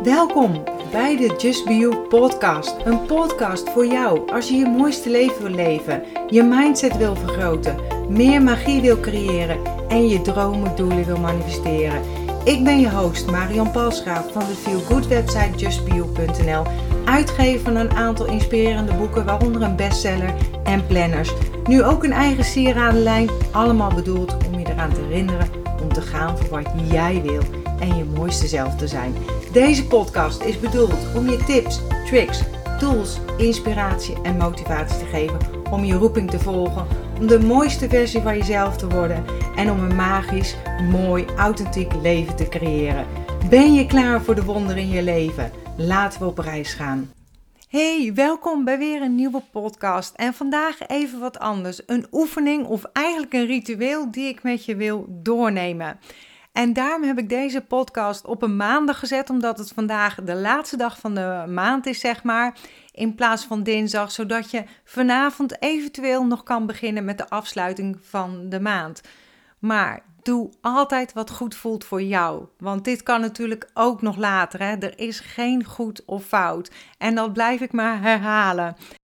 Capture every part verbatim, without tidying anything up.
Welkom bij de Just Be You podcast. Een podcast voor jou als je je mooiste leven wil leven, je mindset wil vergroten, meer magie wil creëren en je dromen, doelen wil manifesteren. Ik ben je host Marion Palsgraaf van de Feel Good website just be you punt n l, uitgever van een aantal inspirerende boeken, waaronder een bestseller en planners. Nu ook een eigen sieradenlijn, allemaal bedoeld om je eraan te herinneren om te gaan voor wat jij wil en je mooiste zelf te zijn. Deze podcast is bedoeld om je tips, tricks, tools, inspiratie en motivatie te geven om je roeping te volgen, om de mooiste versie van jezelf te worden en om een magisch, mooi, authentiek leven te creëren. Ben je klaar voor de wonderen in je leven? Laten we op reis gaan. Hey, welkom bij weer een nieuwe podcast en vandaag even wat anders. Een oefening of eigenlijk een ritueel die ik met je wil doornemen. En daarom heb ik deze podcast op een maandag gezet, omdat het vandaag de laatste dag van de maand is, zeg maar, in plaats van dinsdag, zodat je vanavond eventueel nog kan beginnen met de afsluiting van de maand. Maar doe altijd wat goed voelt voor jou, want dit kan natuurlijk ook nog later, hè? Er is geen goed of fout en dat blijf ik maar herhalen.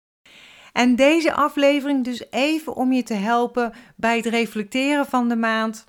En deze aflevering dus even om je te helpen bij het reflecteren van de maand,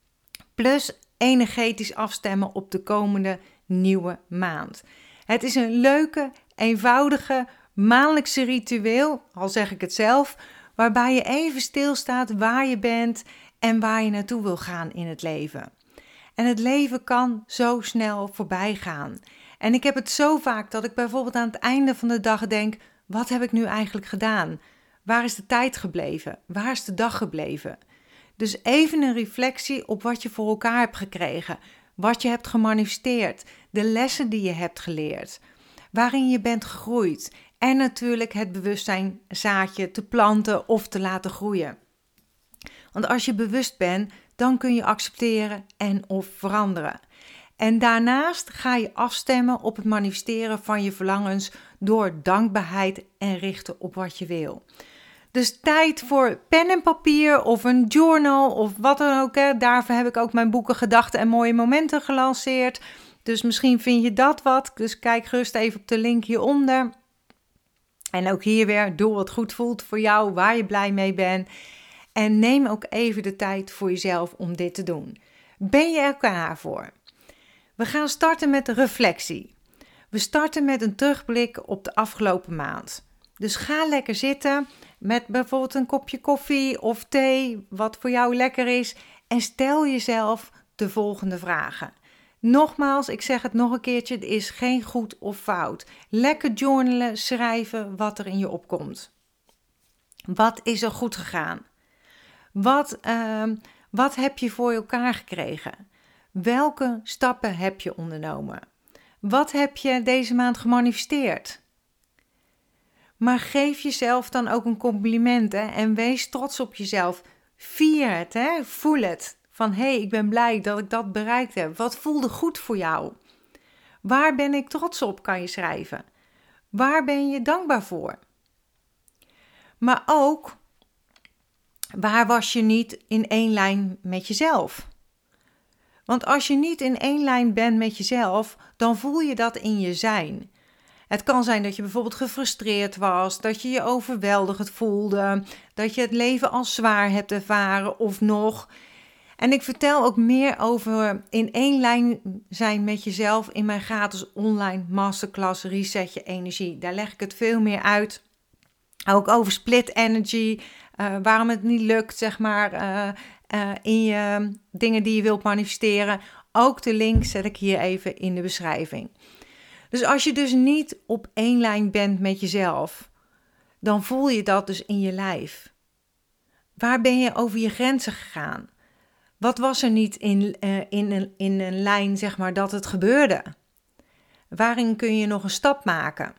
plus energetisch afstemmen op de komende nieuwe maand. Het is een leuke, eenvoudige, maandelijkse ritueel, al zeg ik het zelf, waarbij je even stilstaat waar je bent en waar je naartoe wil gaan in het leven. En het leven kan zo snel voorbij gaan. En ik heb het zo vaak dat ik bijvoorbeeld aan het einde van de dag denk, wat heb ik nu eigenlijk gedaan? Waar is de tijd gebleven? Waar is de dag gebleven? Dus even een reflectie op wat je voor elkaar hebt gekregen, wat je hebt gemanifesteerd, de lessen die je hebt geleerd, waarin je bent gegroeid en natuurlijk het bewustzijn zaadje te planten of te laten groeien. Want als je bewust bent, dan kun je accepteren en of veranderen. En daarnaast ga je afstemmen op het manifesteren van je verlangens door dankbaarheid en richten op wat je wil. Dus tijd voor pen en papier of een journal of wat dan ook. Hè. Daarvoor heb ik ook mijn boeken Gedachten en Mooie Momenten gelanceerd. Dus misschien vind je dat wat. Dus kijk gerust even op de link hieronder. En ook hier weer, doe wat goed voelt voor jou, waar je blij mee bent. En neem ook even de tijd voor jezelf om dit te doen. Ben je er klaar voor? We gaan starten met de reflectie. We starten met een terugblik op de afgelopen maand. Dus ga lekker zitten met bijvoorbeeld een kopje koffie of thee, wat voor jou lekker is. En stel jezelf de volgende vragen. Nogmaals, ik zeg het nog een keertje, er is geen goed of fout. Lekker journalen, schrijven wat er in je opkomt. Wat is er goed gegaan? Wat, uh, wat heb je voor elkaar gekregen? Welke stappen heb je ondernomen? Wat heb je deze maand gemanifesteerd? Maar geef jezelf dan ook een compliment, hè? En wees trots op jezelf. Vier het, hè? Voel het. Van hé, hey, ik ben blij dat ik dat bereikt heb. Wat voelde goed voor jou? Waar ben ik trots op, kan je schrijven. Waar ben je dankbaar voor? Maar ook, waar was je niet in één lijn met jezelf? Want als je niet in één lijn bent met jezelf, dan voel je dat in je zijn. Het kan zijn dat je bijvoorbeeld gefrustreerd was, dat je je overweldigend voelde, dat je het leven als zwaar hebt ervaren of nog. En ik vertel ook meer over in één lijn zijn met jezelf in mijn gratis online masterclass Reset Je Energie. Daar leg ik het veel meer uit. Ook over split energy, uh, waarom het niet lukt, zeg maar, uh, uh, in je dingen die je wilt manifesteren. Ook de link zet ik hier even in de beschrijving. Dus als je dus niet op één lijn bent met jezelf, dan voel je dat dus in je lijf. Waar ben je over je grenzen gegaan? Wat was er niet in, uh, in, een, in een lijn, zeg maar, dat het gebeurde? Waarin kun je nog een stap maken?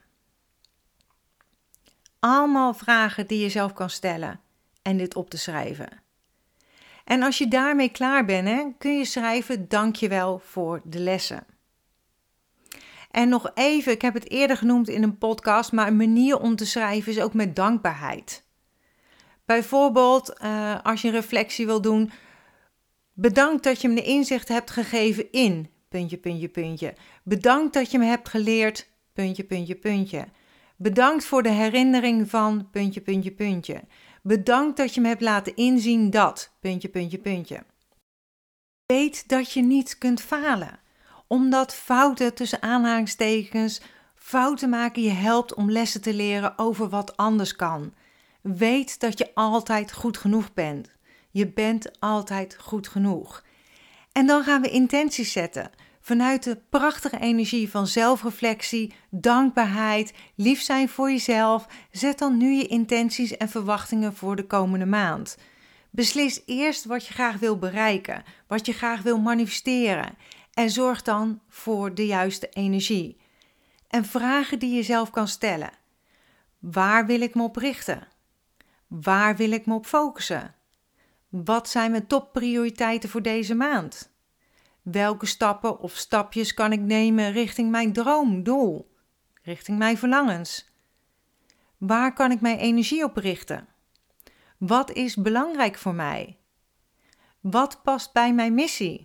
Allemaal vragen die je zelf kan stellen en dit op te schrijven. En als je daarmee klaar bent, hè, kun je schrijven dankjewel voor de lessen. En nog even, ik heb het eerder genoemd in een podcast, maar een manier om te schrijven is ook met dankbaarheid. Bijvoorbeeld, uh, als je een reflectie wil doen, bedankt dat je me de inzicht hebt gegeven in puntje, puntje, puntje. Bedankt dat je me hebt geleerd, puntje, puntje, puntje. Bedankt voor de herinnering van, puntje, puntje, puntje. Bedankt dat je me hebt laten inzien dat, puntje, puntje, puntje. Weet dat je niet kunt falen, omdat fouten tussen aanhalingstekens, fouten maken je helpt om lessen te leren over wat anders kan. Weet dat je altijd goed genoeg bent. Je bent altijd goed genoeg. En dan gaan we intenties zetten. Vanuit de prachtige energie van zelfreflectie, dankbaarheid, lief zijn voor jezelf. Zet dan nu je intenties en verwachtingen voor de komende maand. Beslis eerst wat je graag wil bereiken, wat je graag wil manifesteren. En zorg dan voor de juiste energie. En vragen die je zelf kan stellen. Waar wil ik me op richten? Waar wil ik me op focussen? Wat zijn mijn topprioriteiten voor deze maand? Welke stappen of stapjes kan ik nemen richting mijn droomdoel? Richting mijn verlangens? Waar kan ik mijn energie op richten? Wat is belangrijk voor mij? Wat past bij mijn missie?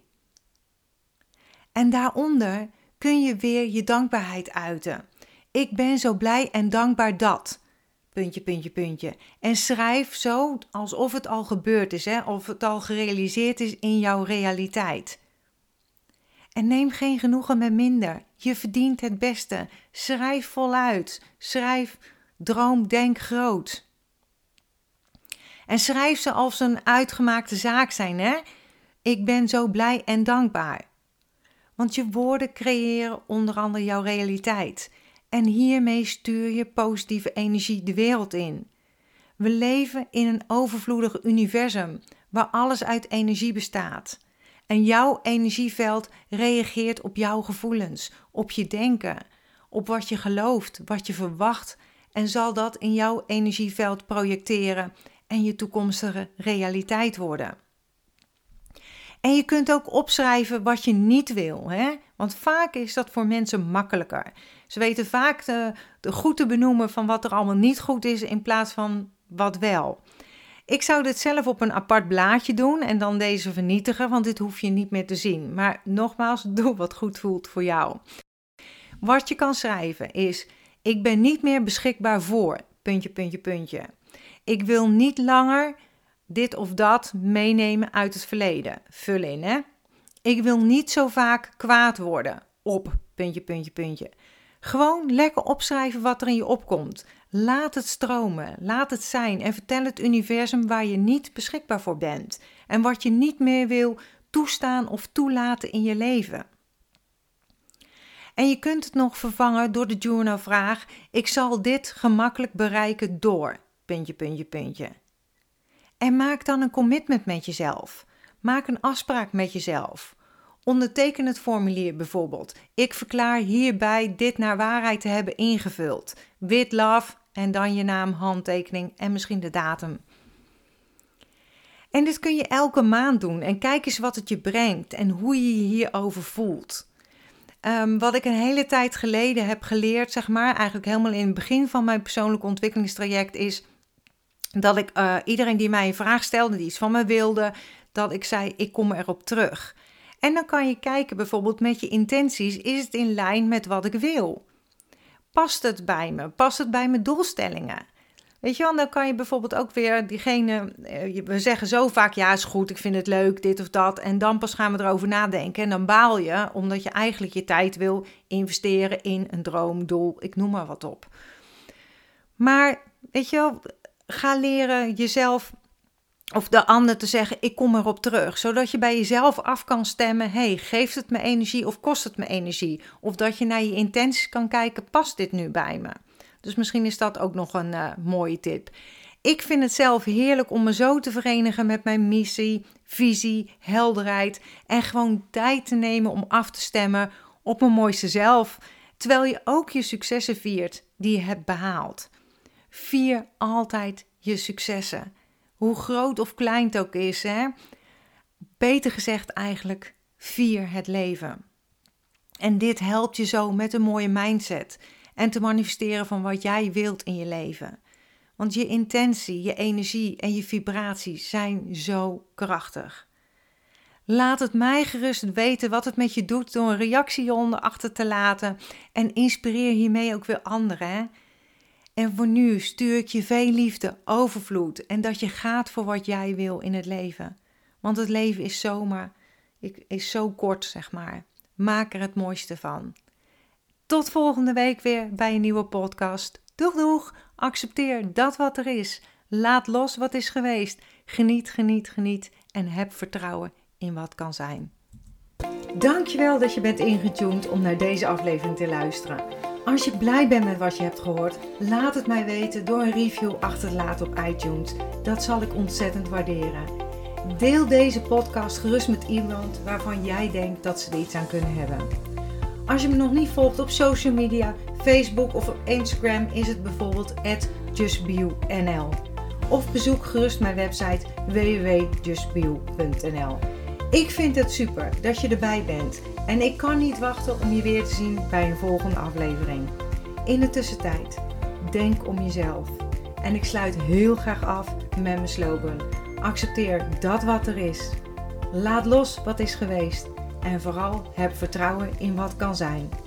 En daaronder kun je weer je dankbaarheid uiten. Ik ben zo blij en dankbaar dat... Puntje, puntje, puntje. En schrijf zo alsof het al gebeurd is, hè? Of het al gerealiseerd is in jouw realiteit. En neem geen genoegen met minder. Je verdient het beste. Schrijf voluit. Schrijf, droom, denk groot. En schrijf ze als een uitgemaakte zaak zijn, hè? Ik ben zo blij en dankbaar. Want je woorden creëren onder andere jouw realiteit. En hiermee stuur je positieve energie de wereld in. We leven in een overvloedig universum waar alles uit energie bestaat. En jouw energieveld reageert op jouw gevoelens, op je denken, op wat je gelooft, wat je verwacht en zal dat in jouw energieveld projecteren en je toekomstige realiteit worden. En je kunt ook opschrijven wat je niet wil, hè? Want vaak is dat voor mensen makkelijker. Ze weten vaak de, de goed te benoemen van wat er allemaal niet goed is in plaats van wat wel. Ik zou dit zelf op een apart blaadje doen en dan deze vernietigen, want dit hoef je niet meer te zien. Maar nogmaals, doe wat goed voelt voor jou. Wat je kan schrijven is, ik ben niet meer beschikbaar voor, puntje, puntje, puntje. Ik wil niet langer dit of dat meenemen uit het verleden. Vul in, hè. Ik wil niet zo vaak kwaad worden. Op, puntje, puntje, puntje. Gewoon lekker opschrijven wat er in je opkomt. Laat het stromen, laat het zijn en vertel het universum waar je niet beschikbaar voor bent. En wat je niet meer wil toestaan of toelaten in je leven. En je kunt het nog vervangen door de journalvraag, ik zal dit gemakkelijk bereiken door, puntje, puntje, puntje. En maak dan een commitment met jezelf. Maak een afspraak met jezelf. Onderteken het formulier bijvoorbeeld. Ik verklaar hierbij dit naar waarheid te hebben ingevuld. With love en dan je naam, handtekening en misschien de datum. En dit kun je elke maand doen. En kijk eens wat het je brengt en hoe je je hierover voelt. Um, wat ik een hele tijd geleden heb geleerd, zeg maar, eigenlijk helemaal in het begin van mijn persoonlijke ontwikkelingstraject, is dat ik uh, iedereen die mij een vraag stelde, die iets van me wilde, dat ik zei, ik kom erop terug. En dan kan je kijken bijvoorbeeld met je intenties, is het in lijn met wat ik wil? Past het bij me? Past het bij mijn doelstellingen? Weet je wel, dan kan je bijvoorbeeld ook weer diegene, we zeggen zo vaak, ja is goed, ik vind het leuk, dit of dat. En dan pas gaan we erover nadenken en dan baal je, omdat je eigenlijk je tijd wil investeren in een droom, doel, ik noem maar wat op. Maar weet je wel, ga leren jezelf of de ander te zeggen, ik kom erop terug. Zodat je bij jezelf af kan stemmen, hey, geeft het me energie of kost het me energie? Of dat je naar je intenties kan kijken, past dit nu bij me? Dus misschien is dat ook nog een uh, mooie tip. Ik vind het zelf heerlijk om me zo te verenigen met mijn missie, visie, helderheid. En gewoon tijd te nemen om af te stemmen op mijn mooiste zelf. Terwijl je ook je successen viert die je hebt behaald. Vier altijd je successen. Hoe groot of klein het ook is, hè? Beter gezegd eigenlijk, vier het leven. En dit helpt je zo met een mooie mindset en te manifesteren van wat jij wilt in je leven. Want je intentie, je energie en je vibratie zijn zo krachtig. Laat het mij gerust weten wat het met je doet door een reactie hieronder achter te laten. En inspireer hiermee ook weer anderen. Hè? En voor nu stuur ik je veel liefde, overvloed en dat je gaat voor wat jij wil in het leven. Want het leven is zomaar, is zo kort, zeg maar. Maak er het mooiste van. Tot volgende week weer bij een nieuwe podcast. Doeg doeg, accepteer dat wat er is. Laat los wat is geweest. Geniet, geniet, geniet en heb vertrouwen in wat kan zijn. Dankjewel dat je bent ingetuned om naar deze aflevering te luisteren. Als je blij bent met wat je hebt gehoord, laat het mij weten door een review achter te laten op iTunes. Dat zal ik ontzettend waarderen. Deel deze podcast gerust met iemand waarvan jij denkt dat ze er iets aan kunnen hebben. Als je me nog niet volgt op social media, Facebook of op Instagram is het bijvoorbeeld at justbeyou.nl. Of bezoek gerust mijn website w w w punt justbeyou punt n l. Ik vind het super dat je erbij bent en ik kan niet wachten om je weer te zien bij een volgende aflevering. In de tussentijd, denk om jezelf. En ik sluit heel graag af met mijn slogan. Accepteer dat wat er is. Laat los wat is geweest. En vooral heb vertrouwen in wat kan zijn.